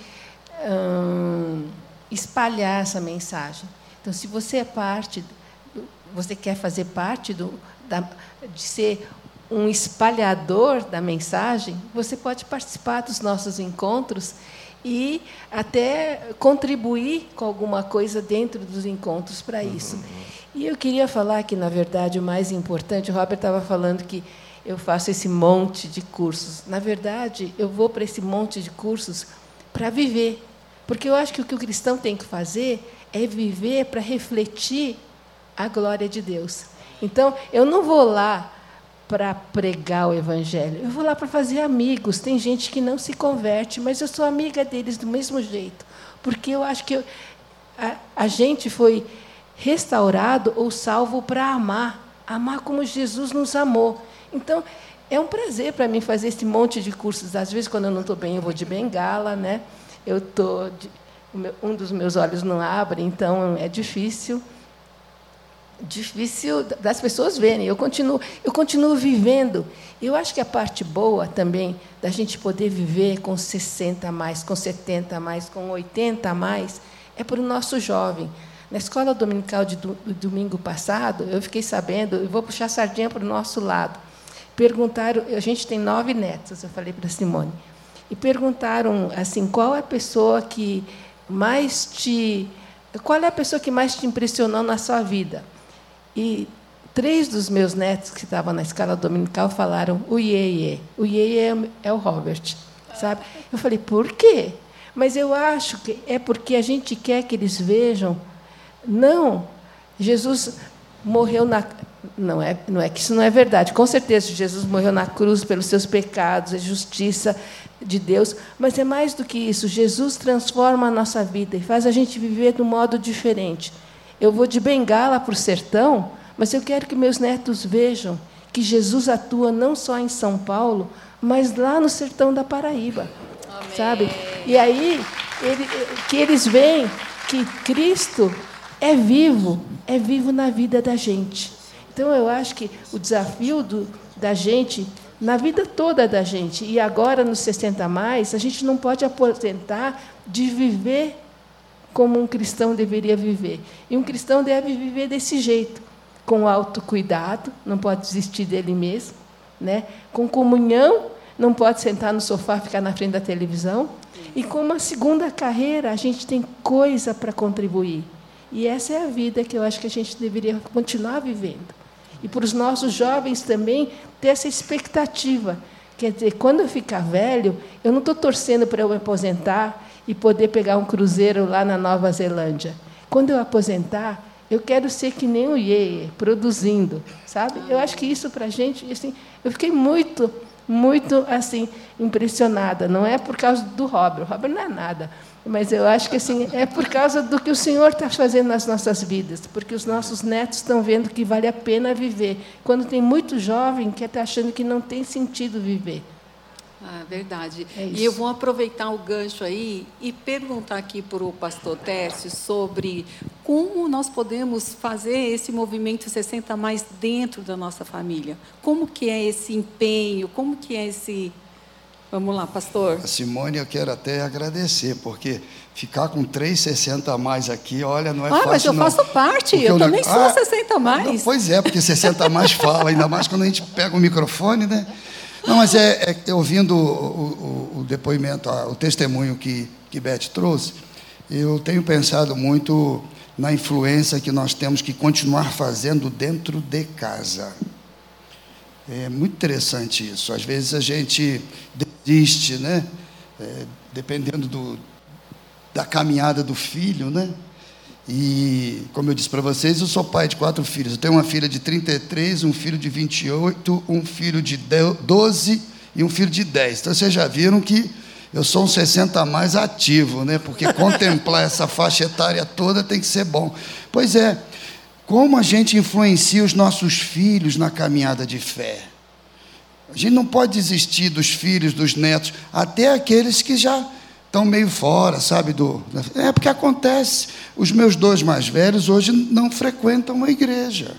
espalhar essa mensagem. Então, se você você quer fazer parte de ser um espalhador da mensagem, você pode participar dos nossos encontros e até contribuir com alguma coisa dentro dos encontros para isso. E eu queria falar que, na verdade, o mais importante, o Robert estava falando que eu faço esse monte de cursos. Na verdade, eu vou para esse monte de cursos para viver, porque eu acho que o que o cristão tem que fazer é viver para refletir a glória de Deus. Então, eu não vou lá para pregar o Evangelho. Eu vou lá para fazer amigos. Tem gente que não se converte, mas eu sou amiga deles do mesmo jeito. Porque eu acho que a gente foi restaurado ou salvo para amar. Amar como Jesus nos amou. Então, é um prazer para mim fazer esse monte de cursos. Às vezes, quando eu não estou bem, eu vou de bengala, né? Um dos meus olhos não abre, então é difícil das pessoas verem. Eu continuo vivendo. Eu acho que a parte boa também da gente poder viver com 60 a mais, com 70 a mais, com 80 a mais, é para o nosso jovem. Na escola dominical do domingo passado, eu fiquei sabendo, eu vou puxar a sardinha para o nosso lado, perguntaram, a gente tem 9 netos, eu falei para a Simone, e perguntaram assim, qual é a pessoa que mais te impressionou na sua vida? E 3 dos meus netos que estavam na escola dominical falaram o Iê. O Iê é o Robert, sabe? Eu falei, por quê? Mas eu acho que é porque a gente quer que eles vejam, não, Jesus morreu na... Não é que isso não é verdade. Com certeza, Jesus morreu na cruz pelos seus pecados, a justiça de Deus, mas é mais do que isso. Jesus transforma a nossa vida e faz a gente viver de um modo diferente. Eu vou de Bengala para o sertão, mas eu quero que meus netos vejam que Jesus atua não só em São Paulo, mas lá no sertão da Paraíba. Amém. Sabe? E aí, que eles veem que Cristo é vivo na vida da gente. Então, eu acho que o desafio da gente, na vida toda da gente, e agora nos 60+, a gente não pode aposentar de viver como um cristão deveria viver. E um cristão deve viver desse jeito, com autocuidado, não pode desistir dele mesmo, né? Com comunhão, não pode sentar no sofá e ficar na frente da televisão. E com uma segunda carreira, a gente tem coisa para contribuir. E essa é a vida que eu acho que a gente deveria continuar vivendo. E para os nossos jovens também ter essa expectativa. Quer dizer, quando eu ficar velho, eu não estou torcendo para eu me aposentar e poder pegar um cruzeiro lá na Nova Zelândia. Quando eu aposentar, eu quero ser que nem o Iê, produzindo, sabe? Eu acho que isso, para a gente, assim, eu fiquei muito assim, impressionada. Não é por causa do Robert. O Robert não é nada. Mas eu acho que assim, é por causa do que o Senhor está fazendo nas nossas vidas, porque os nossos netos estão vendo que vale a pena viver. Quando tem muito jovem que está achando que não tem sentido viver. Ah, verdade. É isso. E eu vou aproveitar o gancho aí e perguntar aqui para o pastor Tércio sobre como nós podemos fazer esse movimento 60+ dentro da nossa família. Como que é esse empenho? Como que é esse... Vamos lá, pastor. A Simone, eu quero até agradecer, porque ficar com 3 60+ aqui, olha, não é fácil. Mas eu faço parte, porque eu também sou 60+. Não, pois é, porque 60+ fala, ainda mais quando a gente pega o microfone, né? Não, mas ouvindo o depoimento, o testemunho que Beth trouxe, eu tenho pensado muito na influência que nós temos que continuar fazendo dentro de casa. É muito interessante isso. Às vezes a gente desiste, né? Dependendo da caminhada do filho, né? E, como eu disse para vocês, eu sou pai de 4 filhos. Eu tenho uma filha de 33, um filho de 28, um filho de 12 e um filho de 10. Então, vocês já viram que eu sou um 60+ ativo, né? Porque contemplar essa faixa etária toda tem que ser bom. Pois é, como a gente influencia os nossos filhos na caminhada de fé. A gente não pode desistir dos filhos, dos netos, até aqueles que já estão meio fora, sabe? É porque acontece. Os meus 2 mais velhos hoje não frequentam a igreja.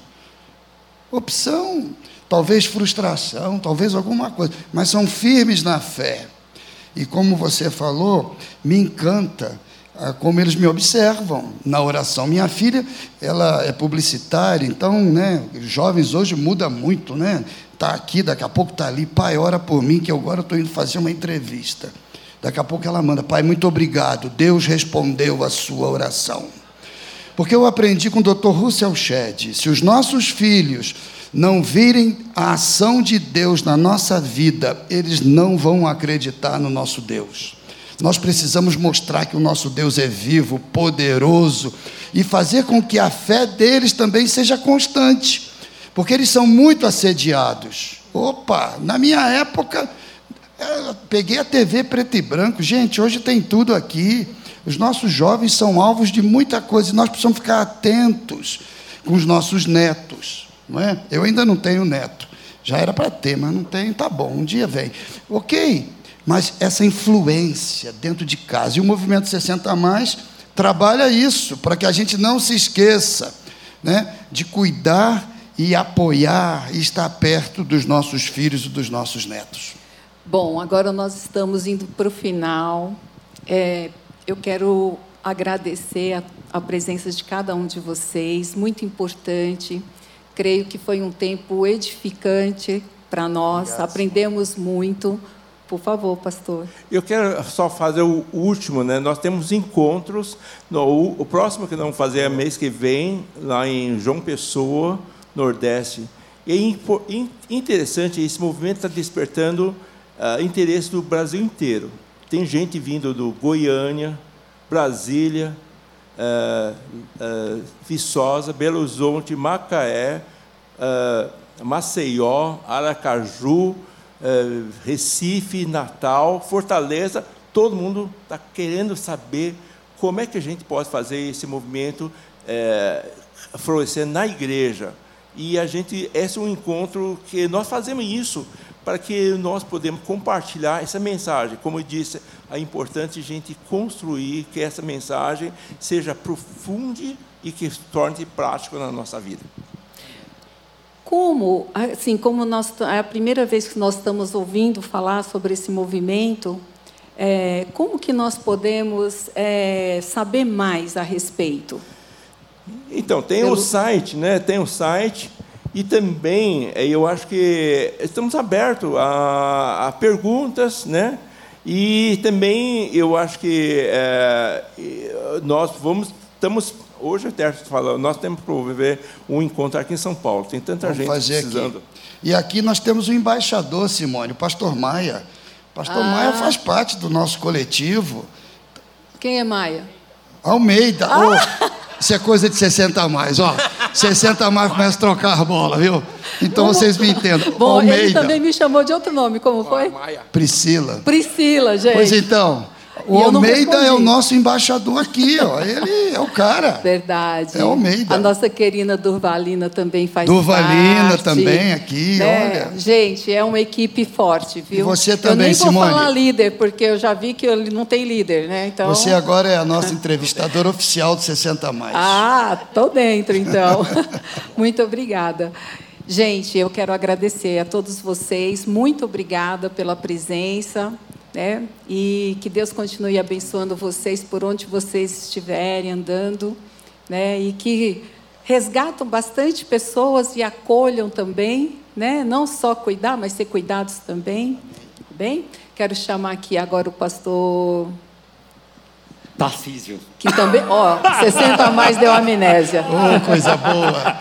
Opção, talvez frustração, talvez alguma coisa, mas são firmes na fé. E como você falou, me encanta como eles me observam na oração. Minha filha, ela é publicitária, então, né, jovens hoje muda muito, né? Está aqui, daqui a pouco está ali, pai, ora por mim, que agora eu estou indo fazer uma entrevista. Daqui a pouco ela manda, pai, muito obrigado, Deus respondeu a sua oração. Porque eu aprendi com o Dr. Russell Shedd, se os nossos filhos não virem a ação de Deus na nossa vida, eles não vão acreditar no nosso Deus. Nós precisamos mostrar que o nosso Deus é vivo, poderoso, e fazer com que a fé deles também seja constante, porque eles são muito assediados. Opa, na minha época, eu peguei a TV preto e branco, gente, hoje tem tudo aqui, os nossos jovens são alvos de muita coisa, e nós precisamos ficar atentos com os nossos netos, não é? Eu ainda não tenho neto, já era para ter, mas não tenho, tá bom, um dia vem, ok, mas essa influência dentro de casa, e o Movimento 60+ trabalha isso, para que a gente não se esqueça, né, de cuidar e apoiar e estar perto dos nossos filhos e dos nossos netos. Bom, agora nós estamos indo para o final. Eu quero agradecer a presença de cada um de vocês, muito importante. Creio que foi um tempo edificante, para nós. Obrigado, Aprendemos muito. Por favor, pastor. Eu quero só fazer o último, né? Nós temos encontros. O próximo que nós vamos fazer é mês que vem, lá em João Pessoa, Nordeste. E é interessante, esse movimento está despertando interesse do Brasil inteiro. Tem gente vindo do Goiânia, Brasília, Viçosa, Belo Horizonte, Macaé, Maceió, Aracaju, Recife, Natal, Fortaleza. Todo mundo está querendo saber como é que a gente pode fazer esse movimento florescer na igreja. E esse é um encontro que nós fazemos isso para que nós podemos compartilhar essa mensagem. Como eu disse, é importante a gente construir que essa mensagem seja profunda e que se torne prática na nossa vida. Como é a primeira vez que nós estamos ouvindo falar sobre esse movimento, como que nós podemos saber mais a respeito? Então, tem o site, né? Tem o site. E também, eu acho que estamos abertos a perguntas, né? E também, eu acho que hoje até falando, nós temos que promover um encontro aqui em São Paulo. Tem tanta gente precisando. Aqui. E aqui nós temos um embaixador, Simone, o pastor Maia. O pastor Maia faz parte do nosso coletivo. Quem é Maia? Almeida. Isso é coisa de 60 a mais, 60 a mais começa a trocar a bola, viu? Então vocês me entendam. Bom, Almeida. ele também me chamou de outro nome, como foi? Maia. Priscila, gente. Pois então, o Almeida é o nosso embaixador aqui, Ele é o cara. Verdade. É Almeida. A nossa querida Durvalina também faz Durvalina parte. também aqui, olha. Gente, é uma equipe forte, viu? E você também, eu nem Simone. vou falar líder, porque eu já vi que ele não tem líder, né? Então... Você agora é a nossa entrevistadora oficial do 60 a mais. Estou dentro, então. Muito obrigada. Gente, eu quero agradecer a todos vocês. Muito obrigada pela presença. Né? E que Deus continue abençoando vocês por onde vocês estiverem andando, né? E que resgatam bastante pessoas e acolham também, né? Não só cuidar, mas ser cuidados também. Bem? Quero chamar aqui agora o pastor Tarcísio. Que também, 60 a mais deu amnésia. Coisa boa.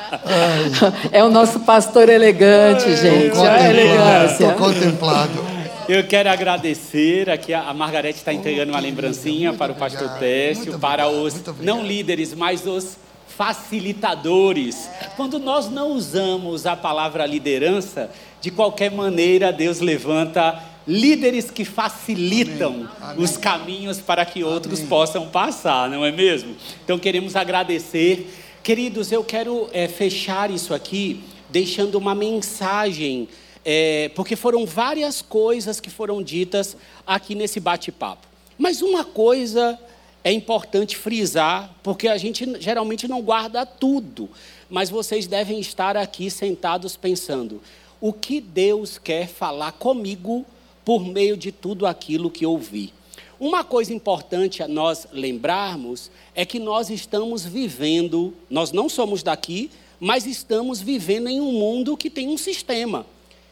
É o nosso pastor elegante, gente. Olha a elegância. Estou contemplado. Eu quero agradecer, aqui a Margarete está entregando uma lembrancinha para o pastor Técio, para os não líderes, mas os facilitadores. Quando nós não usamos a palavra liderança, de qualquer maneira Deus levanta líderes que facilitam os caminhos para que outros possam passar, não é mesmo? Então queremos agradecer. Queridos, eu quero fechar isso aqui deixando uma mensagem, porque foram várias coisas que foram ditas aqui nesse bate-papo. Mas uma coisa é importante frisar, porque a gente geralmente não guarda tudo, mas vocês devem estar aqui sentados pensando, o que Deus quer falar comigo por meio de tudo aquilo que ouvi. Uma coisa importante a nós lembrarmos é que nós estamos vivendo, nós não somos daqui, mas estamos vivendo em um mundo que tem um sistema.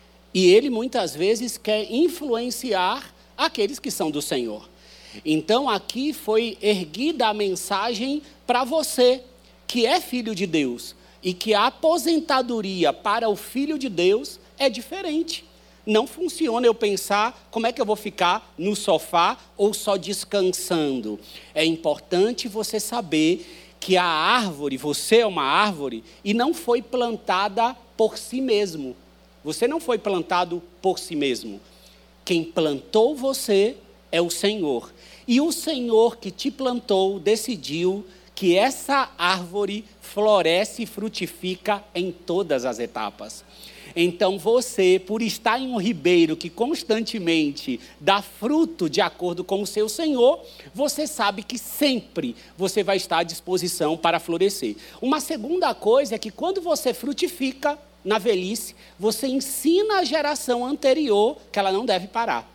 E ele muitas vezes quer influenciar aqueles que são do Senhor. Então aqui foi erguida a mensagem para você, que é filho de Deus, e que a aposentadoria para o filho de Deus é diferente. Não funciona eu pensar como é que eu vou ficar no sofá ou só descansando. É importante você saber que a árvore, você é uma árvore, e não foi plantada por si mesmo. Você não foi plantado por si mesmo. Quem plantou você é o Senhor. E o Senhor que te plantou decidiu que essa árvore floresce e frutifica em todas as etapas. Então você, por estar em um ribeiro que constantemente dá fruto de acordo com o seu Senhor, você sabe que sempre você vai estar à disposição para florescer. Uma segunda coisa é que quando você frutifica na velhice, você ensina a geração anterior que ela não deve parar.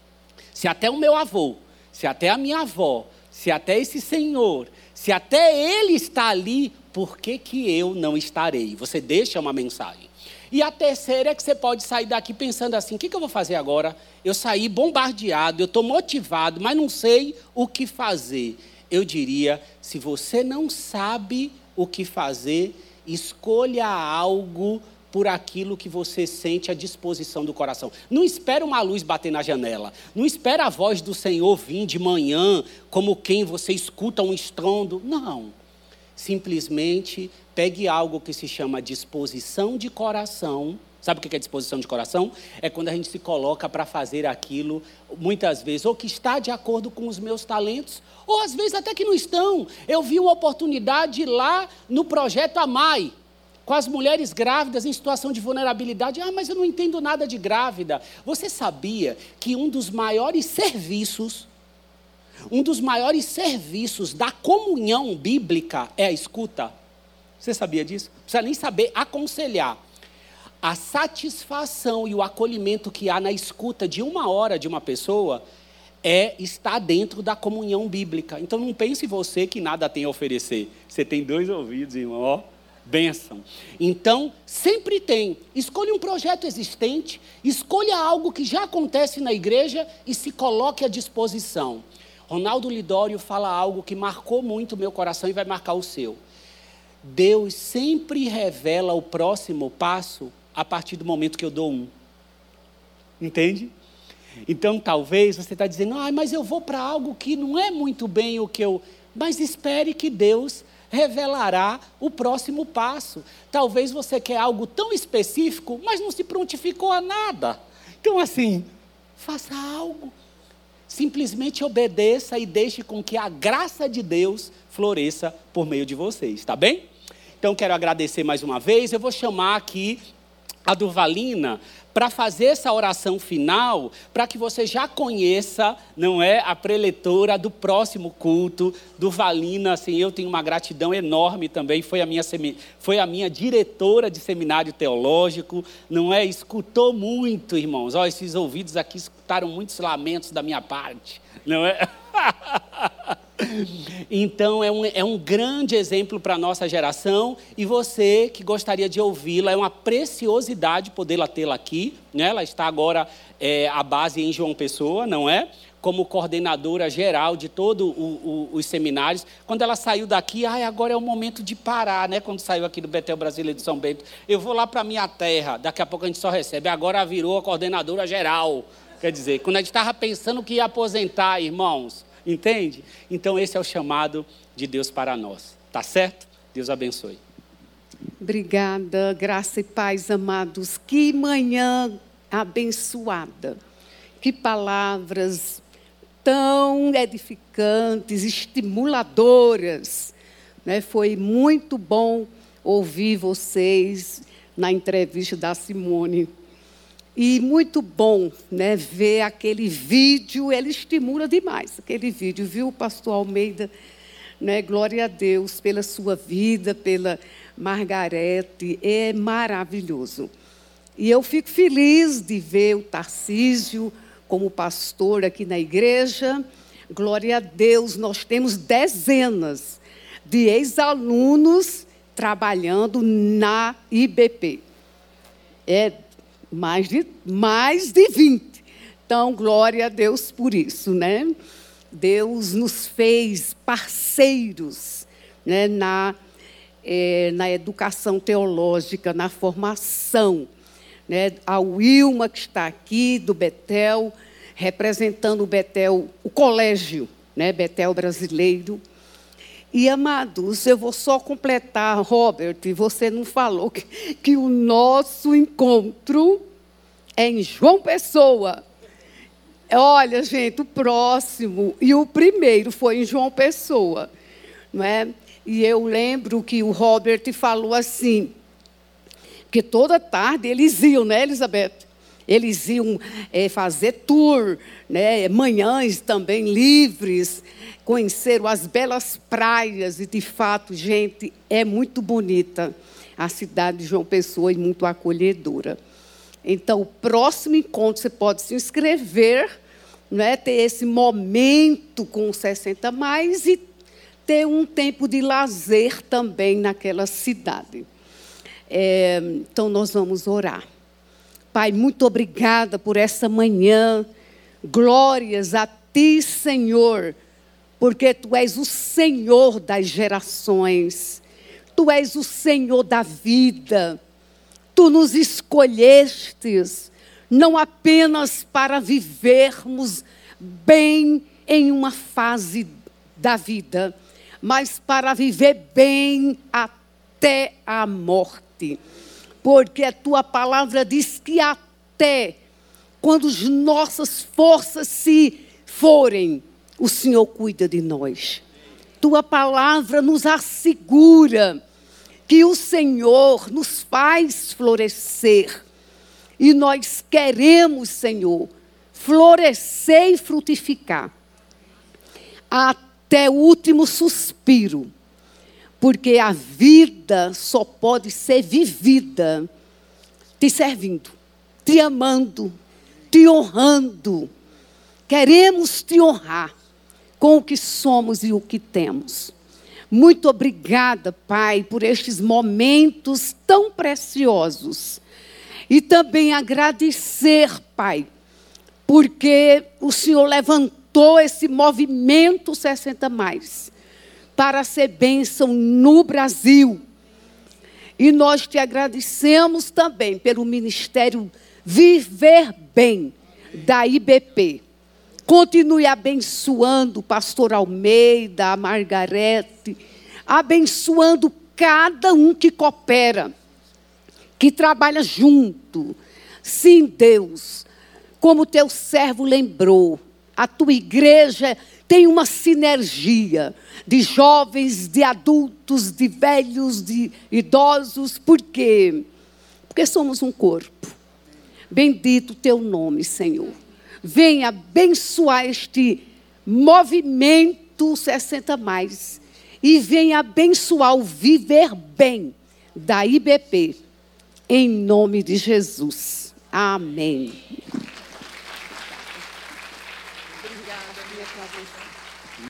Se até o meu avô, se até a minha avó, se até esse senhor, se até ele está ali, por que eu não estarei? Você deixa uma mensagem. E a terceira é que você pode sair daqui pensando assim, o que eu vou fazer agora? Eu saí bombardeado, eu estou motivado, mas não sei o que fazer. Eu diria, se você não sabe o que fazer, escolha algo por aquilo que você sente à disposição do coração. Não espera uma luz bater na janela. Não espera a voz do Senhor vir de manhã, como quem você escuta um estrondo. Não. Simplesmente pegue algo que se chama disposição de coração. Sabe o que é disposição de coração? É quando a gente se coloca para fazer aquilo, muitas vezes, ou que está de acordo com os meus talentos, ou às vezes até que não estão. Eu vi uma oportunidade lá no Projeto Amai, com as mulheres grávidas em situação de vulnerabilidade. Mas eu não entendo nada de grávida. Você sabia que um dos maiores serviços da comunhão bíblica é a escuta? Você sabia disso? Não precisa nem saber aconselhar. A satisfação e o acolhimento que há na escuta de 1 hora de uma pessoa está dentro da comunhão bíblica. Então não pense você que nada tem a oferecer. Você tem 2 ouvidos, irmão, bênção. Então, sempre tem. Escolha um projeto existente, escolha algo que já acontece na igreja e se coloque à disposição. Ronaldo Lidório fala algo que marcou muito o meu coração e vai marcar o seu. Deus sempre revela o próximo passo a partir do momento que eu dou um. Entende? Então, talvez você está dizendo, mas eu vou para algo que não é muito bem o que eu... Mas espere que Deus revelará o próximo passo. Talvez você quer algo tão específico, mas não se prontificou a nada. Então, assim, faça algo. Simplesmente obedeça e deixe com que a graça de Deus floresça por meio de vocês, tá bem? Então, quero agradecer mais uma vez. Eu vou chamar aqui a Durvalina para fazer essa oração final, para que você já conheça, não é, a preletora do próximo culto. Durvalina, assim, eu tenho uma gratidão enorme também, foi a minha diretora de seminário teológico, não é, escutou muito, irmãos, esses ouvidos aqui escutaram muitos lamentos da minha parte, não é? Então, é um grande exemplo para a nossa geração, e você que gostaria de ouvi-la, é uma preciosidade podê-la tê-la aqui, né? Ela está agora à base em João Pessoa, não é? Como coordenadora geral de todos os seminários. Quando ela saiu daqui, agora é o momento de parar, né? Quando saiu aqui do Betel Brasileiro de São Bento, eu vou lá para a minha terra, daqui a pouco a gente só recebe, agora virou a coordenadora geral. Quer dizer, quando a gente estava pensando que ia aposentar, irmãos, entende? Então, esse é o chamado de Deus para nós. Tá certo? Deus abençoe. Obrigada, graça e paz, amados. Que manhã abençoada. Que palavras tão edificantes, estimuladoras, né? Foi muito bom ouvir vocês na entrevista da Simone. E muito bom, né, ver aquele vídeo, ele estimula demais aquele vídeo, viu, pastor Almeida? Né, glória a Deus pela sua vida, pela Margarete, é maravilhoso. E eu fico feliz de ver o Tarcísio como pastor aqui na igreja. Glória a Deus, nós temos dezenas de ex-alunos trabalhando na IBP. Mais de 20. Então, glória a Deus por isso, né? Deus nos fez parceiros, né, na educação teológica, na formação. Né? A Wilma, que está aqui, do Betel, representando o Betel, o colégio, né, Betel Brasileiro. E, amados, eu vou só completar, Robert, você não falou que o nosso encontro é em João Pessoa. Olha, gente, o próximo e o primeiro foi em João Pessoa, não é? E eu lembro que o Robert falou assim, que toda tarde eles iam, né, Elizabeth? Eles iam fazer tour, né, manhãs também livres, conheceram as belas praias e, de fato, gente, é muito bonita a cidade de João Pessoa e muito acolhedora. Então, o próximo encontro, você pode se inscrever, né, ter esse momento com 60 mais e ter um tempo de lazer também naquela cidade. Então, nós vamos orar. Pai, muito obrigada por essa manhã. Glórias a Ti, Senhor, porque Tu és o Senhor das gerações. Tu és o Senhor da vida. Tu nos escolhestes, não apenas para vivermos bem em uma fase da vida, mas para viver bem até a morte. Porque a Tua palavra diz que até quando as nossas forças se forem, o Senhor cuida de nós. Tua palavra nos assegura que o Senhor nos faz florescer. E nós queremos, Senhor, florescer e frutificar até o último suspiro. Porque a vida só pode ser vivida te servindo, te amando, te honrando. Queremos te honrar com o que somos e o que temos. Muito obrigada, Pai, por estes momentos tão preciosos. E também agradecer, Pai, porque o Senhor levantou esse movimento 60+, para ser bênção no Brasil. E nós te agradecemos também pelo Ministério Viver Bem, da IBP. Continue abençoando o pastor Almeida, a Margarete, abençoando cada um que coopera, que trabalha junto. Sim, Deus, como teu servo lembrou, a tua igreja tem uma sinergia de jovens, de adultos, de velhos, de idosos. Por quê? Porque somos um corpo. Bendito teu nome, Senhor. Venha abençoar este movimento 60+. E venha abençoar o Viver Bem da IBP. Em nome de Jesus. Amém.